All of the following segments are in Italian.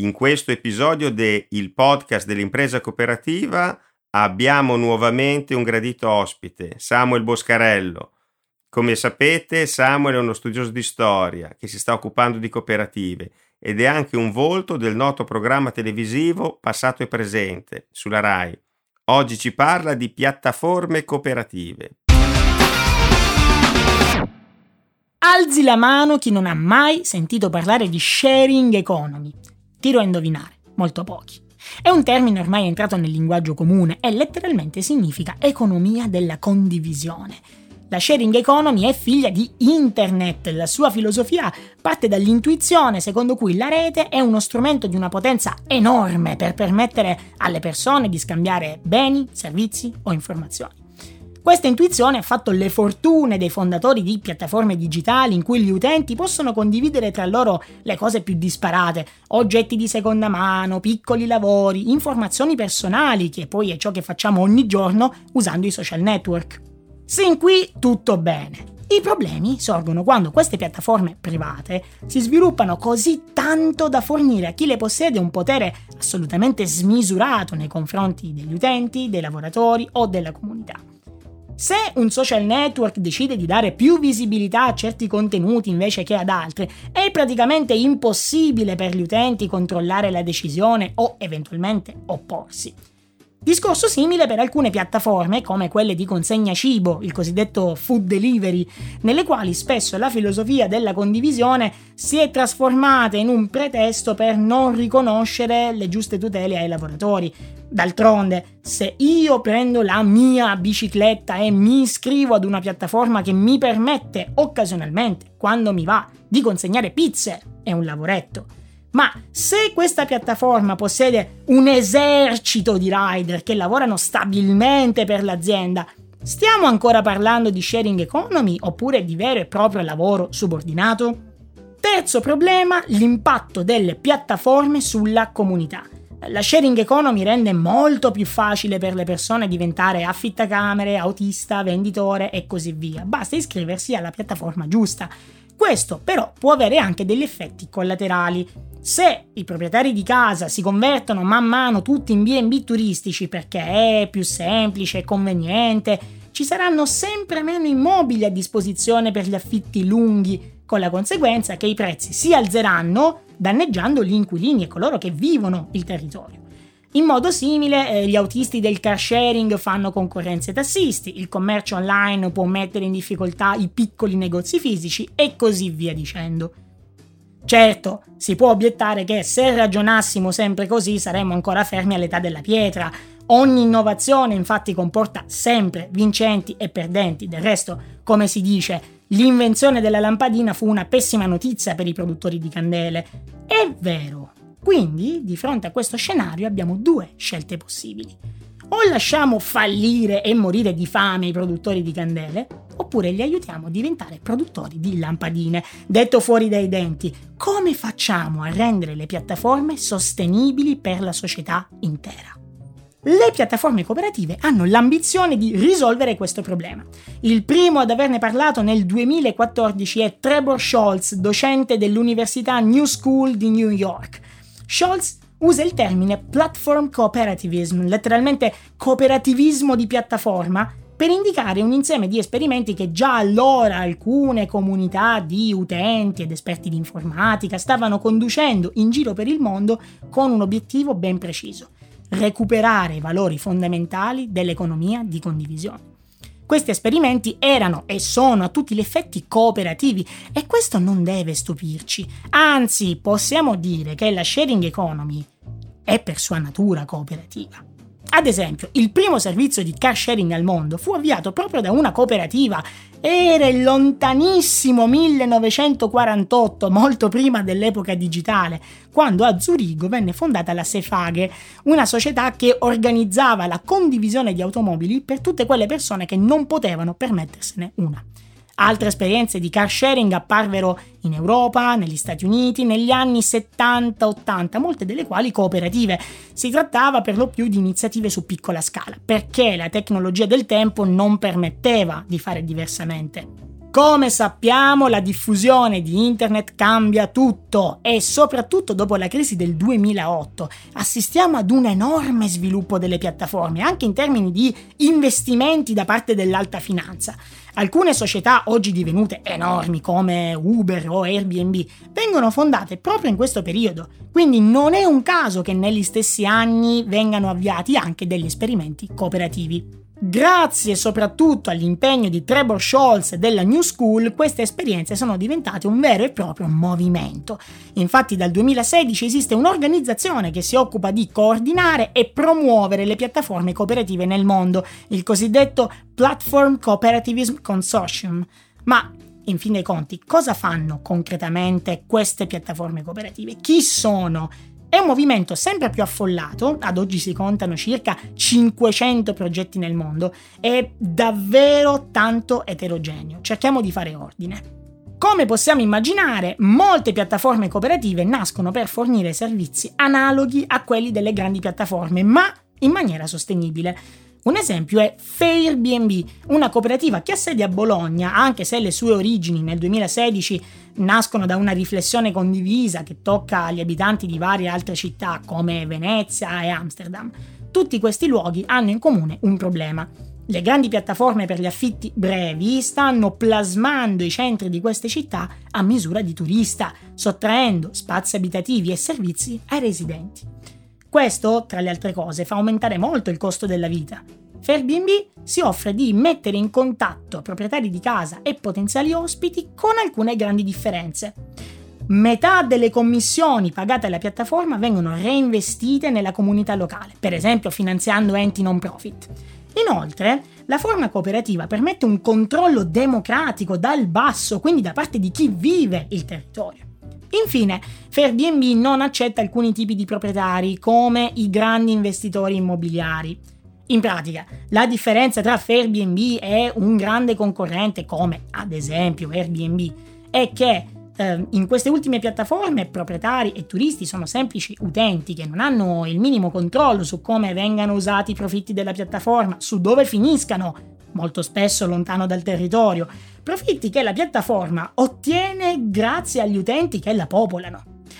In questo episodio del podcast dell'impresa cooperativa abbiamo nuovamente un gradito ospite, Samuel Boscarello. Come sapete, Samuel è uno studioso di storia che si sta occupando di cooperative ed è anche un volto del noto programma televisivo Passato e Presente sulla Rai. Oggi ci parla di piattaforme cooperative. Alzi la mano chi non ha mai sentito parlare di sharing economy. Tiro a indovinare, molto pochi. È un termine ormai entrato nel linguaggio comune e letteralmente significa economia della condivisione. La sharing economy è figlia di Internet. La sua filosofia parte dall'intuizione secondo cui la rete è uno strumento di una potenza enorme per permettere alle persone di scambiare beni, servizi o informazioni. Questa intuizione ha fatto le fortune dei fondatori di piattaforme digitali in cui gli utenti possono condividere tra loro le cose più disparate, oggetti di seconda mano, piccoli lavori, informazioni personali, che poi è ciò che facciamo ogni giorno usando i social network. Sin qui tutto bene. I problemi sorgono quando queste piattaforme private si sviluppano così tanto da fornire a chi le possiede un potere assolutamente smisurato nei confronti degli utenti, dei lavoratori o della comunità. Se un social network decide di dare più visibilità a certi contenuti invece che ad altri, è praticamente impossibile per gli utenti controllare la decisione o eventualmente opporsi. Discorso simile per alcune piattaforme come quelle di consegna cibo, il cosiddetto food delivery, nelle quali spesso la filosofia della condivisione si è trasformata in un pretesto per non riconoscere le giuste tutele ai lavoratori. D'altronde, se io prendo la mia bicicletta e mi iscrivo ad una piattaforma che mi permette occasionalmente, quando mi va, di consegnare pizze, è un lavoretto. Ma se questa piattaforma possiede un esercito di rider che lavorano stabilmente per l'azienda, stiamo ancora parlando di sharing economy oppure di vero e proprio lavoro subordinato? Terzo problema, l'impatto delle piattaforme sulla comunità. La sharing economy rende molto più facile per le persone diventare affittacamere, autista, venditore e così via. Basta iscriversi alla piattaforma giusta. Questo però può avere anche degli effetti collaterali. Se i proprietari di casa si convertono man mano tutti in B&B turistici perché è più semplice e conveniente, ci saranno sempre meno immobili a disposizione per gli affitti lunghi, con la conseguenza che i prezzi si alzeranno, danneggiando gli inquilini e coloro che vivono il territorio. In modo simile, gli autisti del car sharing fanno concorrenza ai tassisti, il commercio online può mettere in difficoltà i piccoli negozi fisici e così via dicendo. Certo, si può obiettare che se ragionassimo sempre così saremmo ancora fermi all'età della pietra. Ogni innovazione infatti comporta sempre vincenti e perdenti. Del resto, come si dice, l'invenzione della lampadina fu una pessima notizia per i produttori di candele. È vero. Quindi, di fronte a questo scenario abbiamo due scelte possibili. O lasciamo fallire e morire di fame i produttori di candele, oppure li aiutiamo a diventare produttori di lampadine. Detto fuori dai denti, come facciamo a rendere le piattaforme sostenibili per la società intera? Le piattaforme cooperative hanno l'ambizione di risolvere questo problema. Il primo ad averne parlato nel 2014 è Trebor Scholz, docente dell'Università New School di New York. Scholz usa il termine platform cooperativism, letteralmente cooperativismo di piattaforma, per indicare un insieme di esperimenti che già allora alcune comunità di utenti ed esperti di informatica stavano conducendo in giro per il mondo con un obiettivo ben preciso: recuperare i valori fondamentali dell'economia di condivisione. Questi esperimenti erano e sono a tutti gli effetti cooperativi e questo non deve stupirci. Anzi, possiamo dire che la sharing economy è per sua natura cooperativa. Ad esempio, il primo servizio di car sharing al mondo fu avviato proprio da una cooperativa. Era il lontanissimo 1948, molto prima dell'epoca digitale, quando a Zurigo venne fondata la Sefage, una società che organizzava la condivisione di automobili per tutte quelle persone che non potevano permettersene una. Altre esperienze di car sharing apparvero in Europa, negli Stati Uniti, negli anni 70-80, molte delle quali cooperative. Si trattava per lo più di iniziative su piccola scala, perché la tecnologia del tempo non permetteva di fare diversamente. Come sappiamo, la diffusione di internet cambia tutto e soprattutto dopo la crisi del 2008 assistiamo ad un enorme sviluppo delle piattaforme, anche in termini di investimenti da parte dell'alta finanza. Alcune società oggi divenute enormi come Uber o Airbnb vengono fondate proprio in questo periodo, quindi non è un caso che negli stessi anni vengano avviati anche degli esperimenti cooperativi. Grazie soprattutto all'impegno di Trevor Scholz e della New School, queste esperienze sono diventate un vero e proprio movimento. Infatti dal 2016 esiste un'organizzazione che si occupa di coordinare e promuovere le piattaforme cooperative nel mondo, il cosiddetto Platform Cooperativism Consortium. Ma in fin dei conti, cosa fanno concretamente queste piattaforme cooperative? Chi sono? È un movimento sempre più affollato, ad oggi si contano circa 500 progetti nel mondo, è davvero tanto eterogeneo. Cerchiamo di fare ordine. Come possiamo immaginare, molte piattaforme cooperative nascono per fornire servizi analoghi a quelli delle grandi piattaforme, ma in maniera sostenibile. Un esempio è Fairbnb, una cooperativa che ha sede a Bologna, anche se le sue origini nel 2016 nascono da una riflessione condivisa che tocca gli abitanti di varie altre città come Venezia e Amsterdam. Tutti questi luoghi hanno in comune un problema. Le grandi piattaforme per gli affitti brevi stanno plasmando i centri di queste città a misura di turista, sottraendo spazi abitativi e servizi ai residenti. Questo, tra le altre cose, fa aumentare molto il costo della vita. Fairbnb si offre di mettere in contatto proprietari di casa e potenziali ospiti con alcune grandi differenze. Metà delle commissioni pagate alla piattaforma vengono reinvestite nella comunità locale, per esempio finanziando enti non profit. Inoltre, la forma cooperativa permette un controllo democratico dal basso, quindi da parte di chi vive il territorio. Infine, Fairbnb non accetta alcuni tipi di proprietari, come i grandi investitori immobiliari. In pratica, la differenza tra Fairbnb e un grande concorrente come, ad esempio, Airbnb, è che in queste ultime piattaforme proprietari e turisti sono semplici utenti che non hanno il minimo controllo su come vengano usati i profitti della piattaforma, su dove finiscano, molto spesso lontano dal territorio, profitti che la piattaforma ottiene grazie agli utenti che la popolano.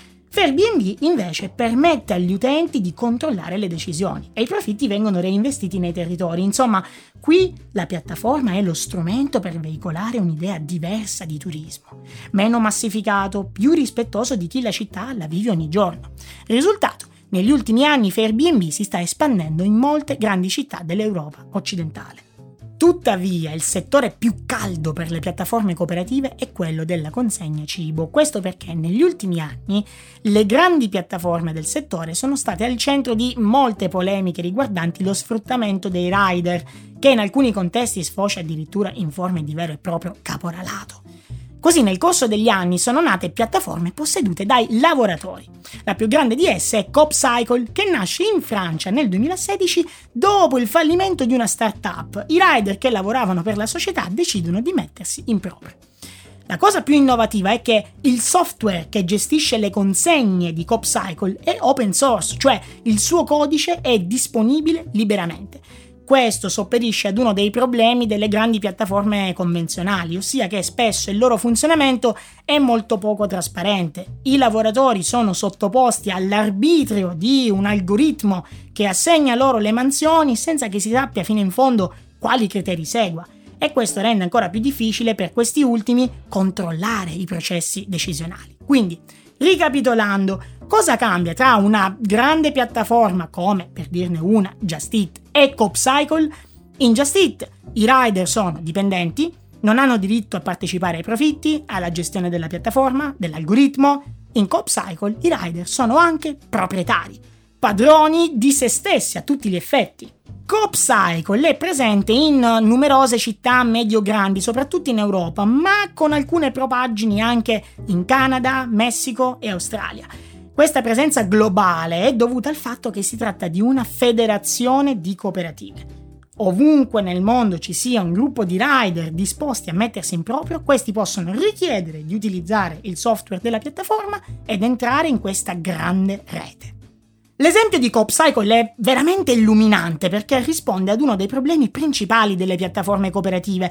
Fairbnb invece permette agli utenti di controllare le decisioni e i profitti vengono reinvestiti nei territori. Insomma, qui la piattaforma è lo strumento per veicolare un'idea diversa di turismo, meno massificato, più rispettoso di chi la città la vive ogni giorno. Risultato: negli ultimi anni Fairbnb si sta espandendo in molte grandi città dell'Europa occidentale. Tuttavia, il settore più caldo per le piattaforme cooperative è quello della consegna cibo. Questo perché negli ultimi anni le grandi piattaforme del settore sono state al centro di molte polemiche riguardanti lo sfruttamento dei rider, che in alcuni contesti sfocia addirittura in forme di vero e proprio caporalato. Così nel corso degli anni sono nate piattaforme possedute dai lavoratori. La più grande di esse è CoopCycle, che nasce in Francia nel 2016 dopo il fallimento di una startup. I rider che lavoravano per la società decidono di mettersi in proprio. La cosa più innovativa è che il software che gestisce le consegne di CoopCycle è open source, cioè il suo codice è disponibile liberamente. Questo sopperisce ad uno dei problemi delle grandi piattaforme convenzionali, ossia che spesso il loro funzionamento è molto poco trasparente. I lavoratori sono sottoposti all'arbitrio di un algoritmo che assegna loro le mansioni senza che si sappia fino in fondo quali criteri segua. E questo rende ancora più difficile per questi ultimi controllare i processi decisionali. Quindi, ricapitolando, cosa cambia tra una grande piattaforma come, per dirne una, Just Eat e CoopCycle? In Just Eat i rider sono dipendenti, non hanno diritto a partecipare ai profitti, alla gestione della piattaforma, dell'algoritmo. In CoopCycle i rider sono anche proprietari, padroni di se stessi a tutti gli effetti. CoopCycle è presente in numerose città medio-grandi, soprattutto in Europa, ma con alcune propaggini anche in Canada, Messico e Australia. Questa presenza globale è dovuta al fatto che si tratta di una federazione di cooperative. Ovunque nel mondo ci sia un gruppo di rider disposti a mettersi in proprio, questi possono richiedere di utilizzare il software della piattaforma ed entrare in questa grande rete. L'esempio di CoopCycle è veramente illuminante perché risponde ad uno dei problemi principali delle piattaforme cooperative.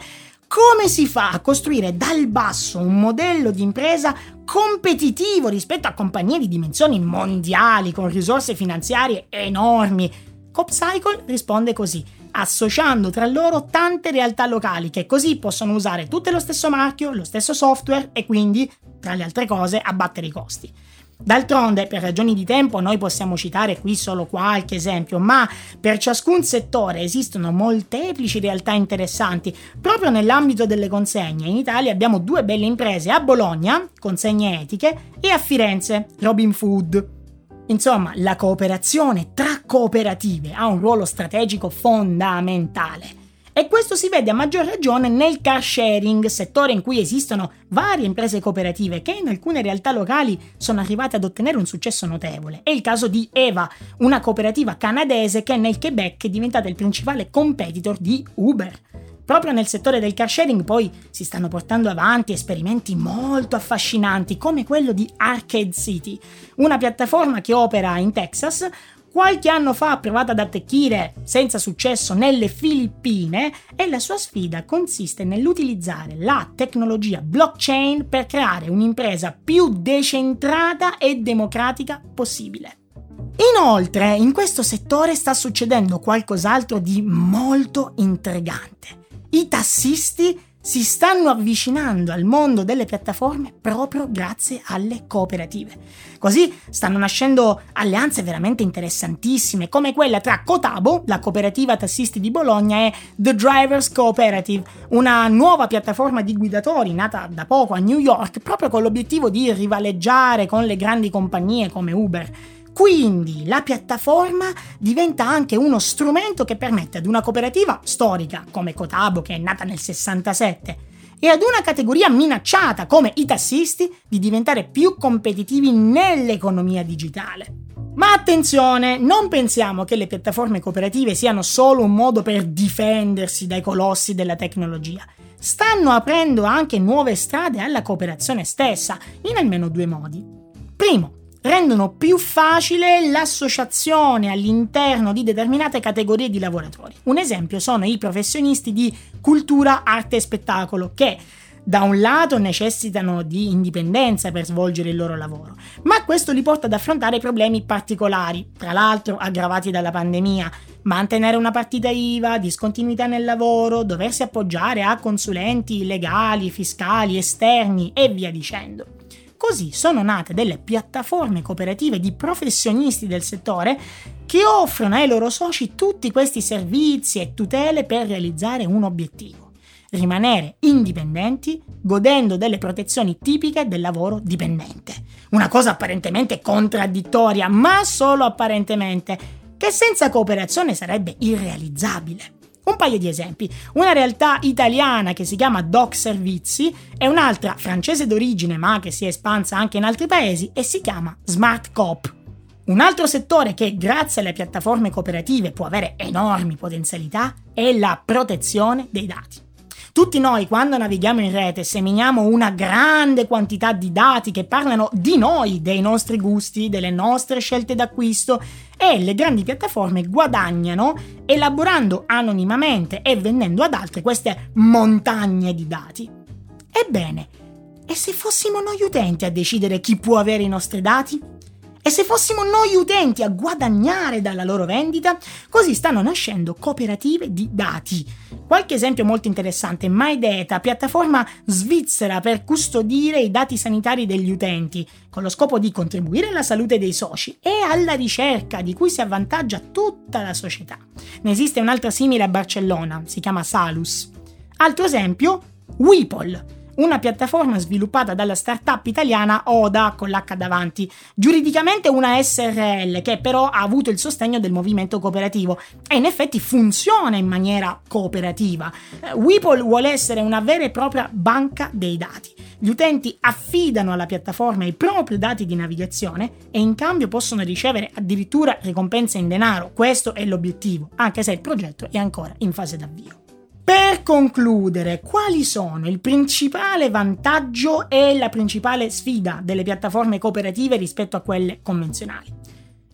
Come si fa a costruire dal basso un modello di impresa competitivo rispetto a compagnie di dimensioni mondiali con risorse finanziarie enormi? CoopCycle risponde così: associando tra loro tante realtà locali che così possono usare tutte lo stesso marchio, lo stesso software e quindi, tra le altre cose, abbattere i costi. D'altronde, per ragioni di tempo, noi possiamo citare qui solo qualche esempio, ma per ciascun settore esistono molteplici realtà interessanti. Proprio nell'ambito delle consegne, in Italia abbiamo 2 belle imprese: a Bologna, Consegne Etiche, e a Firenze, Robin Food. Insomma, la cooperazione tra cooperative ha un ruolo strategico fondamentale. E questo si vede a maggior ragione nel car sharing, settore in cui esistono varie imprese cooperative che in alcune realtà locali sono arrivate ad ottenere un successo notevole. È il caso di Eva, una cooperativa canadese che nel Quebec è diventata il principale competitor di Uber. Proprio nel settore del car sharing poi si stanno portando avanti esperimenti molto affascinanti come quello di Arcade City, una piattaforma che opera in Texas. Qualche anno fa ha provato ad attecchire senza successo nelle Filippine e la sua sfida consiste nell'utilizzare la tecnologia blockchain per creare un'impresa più decentrata e democratica possibile. Inoltre, in questo settore sta succedendo qualcos'altro di molto intrigante. I tassisti si stanno avvicinando al mondo delle piattaforme proprio grazie alle cooperative. Così stanno nascendo alleanze veramente interessantissime, come quella tra Cotabo, la cooperativa tassisti di Bologna, e The Drivers Cooperative, una nuova piattaforma di guidatori nata da poco a New York, proprio con l'obiettivo di rivaleggiare con le grandi compagnie come Uber. Quindi la piattaforma diventa anche uno strumento che permette ad una cooperativa storica come Cotabo, che è nata nel 67, e ad una categoria minacciata come i tassisti di diventare più competitivi nell'economia digitale. Ma attenzione, non pensiamo che le piattaforme cooperative siano solo un modo per difendersi dai colossi della tecnologia. Stanno aprendo anche nuove strade alla cooperazione stessa, in almeno 2 modi. Primo, rendono più facile l'associazione all'interno di determinate categorie di lavoratori. Un esempio sono i professionisti di cultura, arte e spettacolo, che da un lato necessitano di indipendenza per svolgere il loro lavoro, ma questo li porta ad affrontare problemi particolari, tra l'altro aggravati dalla pandemia: mantenere una partita IVA, discontinuità nel lavoro, doversi appoggiare a consulenti legali, fiscali, esterni e via dicendo. Così sono nate delle piattaforme cooperative di professionisti del settore che offrono ai loro soci tutti questi servizi e tutele per realizzare un obiettivo: rimanere indipendenti, godendo delle protezioni tipiche del lavoro dipendente. Una cosa apparentemente contraddittoria, ma solo apparentemente, che senza cooperazione sarebbe irrealizzabile. Un paio di esempi: una realtà italiana che si chiama Doc Servizi e un'altra francese d'origine ma che si è espansa anche in altri paesi e si chiama Smart Coop. Un altro settore che grazie alle piattaforme cooperative può avere enormi potenzialità è la protezione dei dati. Tutti noi, quando navighiamo in rete, seminiamo una grande quantità di dati che parlano di noi, dei nostri gusti, delle nostre scelte d'acquisto, e le grandi piattaforme guadagnano elaborando anonimamente e vendendo ad altri queste montagne di dati. Ebbene, e se fossimo noi utenti a decidere chi può avere i nostri dati? E se fossimo noi utenti a guadagnare dalla loro vendita? Così stanno nascendo cooperative di dati. Qualche esempio molto interessante: MyData, piattaforma svizzera per custodire i dati sanitari degli utenti, con lo scopo di contribuire alla salute dei soci e alla ricerca di cui si avvantaggia tutta la società. Ne esiste un'altra simile a Barcellona, si chiama Salus. Altro esempio, Weapol, una piattaforma sviluppata dalla startup italiana Oda con l'H davanti, giuridicamente una SRL che però ha avuto il sostegno del movimento cooperativo e in effetti funziona in maniera cooperativa. Weapol vuole essere una vera e propria banca dei dati. Gli utenti affidano alla piattaforma i propri dati di navigazione e in cambio possono ricevere addirittura ricompense in denaro. Questo è l'obiettivo, anche se il progetto è ancora in fase d'avvio. Per concludere, quali sono il principale vantaggio e la principale sfida delle piattaforme cooperative rispetto a quelle convenzionali?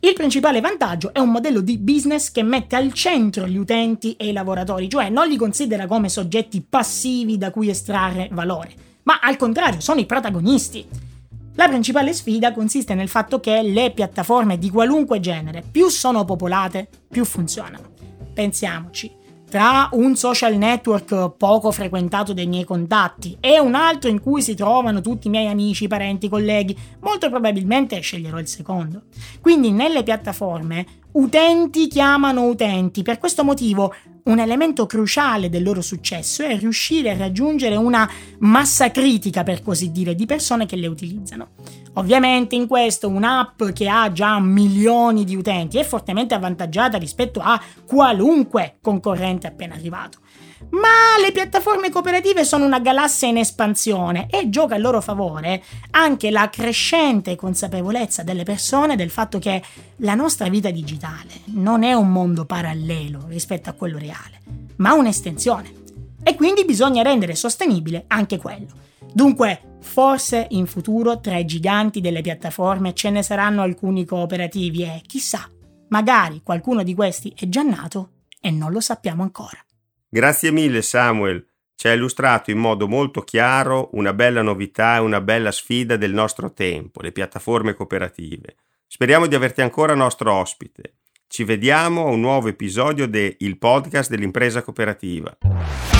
Il principale vantaggio è un modello di business che mette al centro gli utenti e i lavoratori, cioè non li considera come soggetti passivi da cui estrarre valore, ma al contrario sono i protagonisti. La principale sfida consiste nel fatto che le piattaforme di qualunque genere più sono popolate, più funzionano. Pensiamoci, tra un social network poco frequentato dai miei contatti e un altro in cui si trovano tutti i miei amici, parenti, colleghi, molto probabilmente sceglierò il secondo. Quindi nelle piattaforme utenti chiamano utenti, per questo motivo un elemento cruciale del loro successo è riuscire a raggiungere una massa critica, per così dire, di persone che le utilizzano. Ovviamente in questo un'app che ha già milioni di utenti è fortemente avvantaggiata rispetto a qualunque concorrente appena arrivato. Ma le piattaforme cooperative sono una galassia in espansione e gioca a loro favore anche la crescente consapevolezza delle persone del fatto che la nostra vita digitale non è un mondo parallelo rispetto a quello reale, ma un'estensione. E quindi bisogna rendere sostenibile anche quello. Dunque, forse in futuro tra i giganti delle piattaforme ce ne saranno alcuni cooperativi e chissà, magari qualcuno di questi è già nato e non lo sappiamo ancora. Grazie mille Samuel, ci hai illustrato in modo molto chiaro una bella novità e una bella sfida del nostro tempo, le piattaforme cooperative. Speriamo di averti ancora nostro ospite. Ci vediamo a un nuovo episodio de Il Podcast dell'Impresa Cooperativa.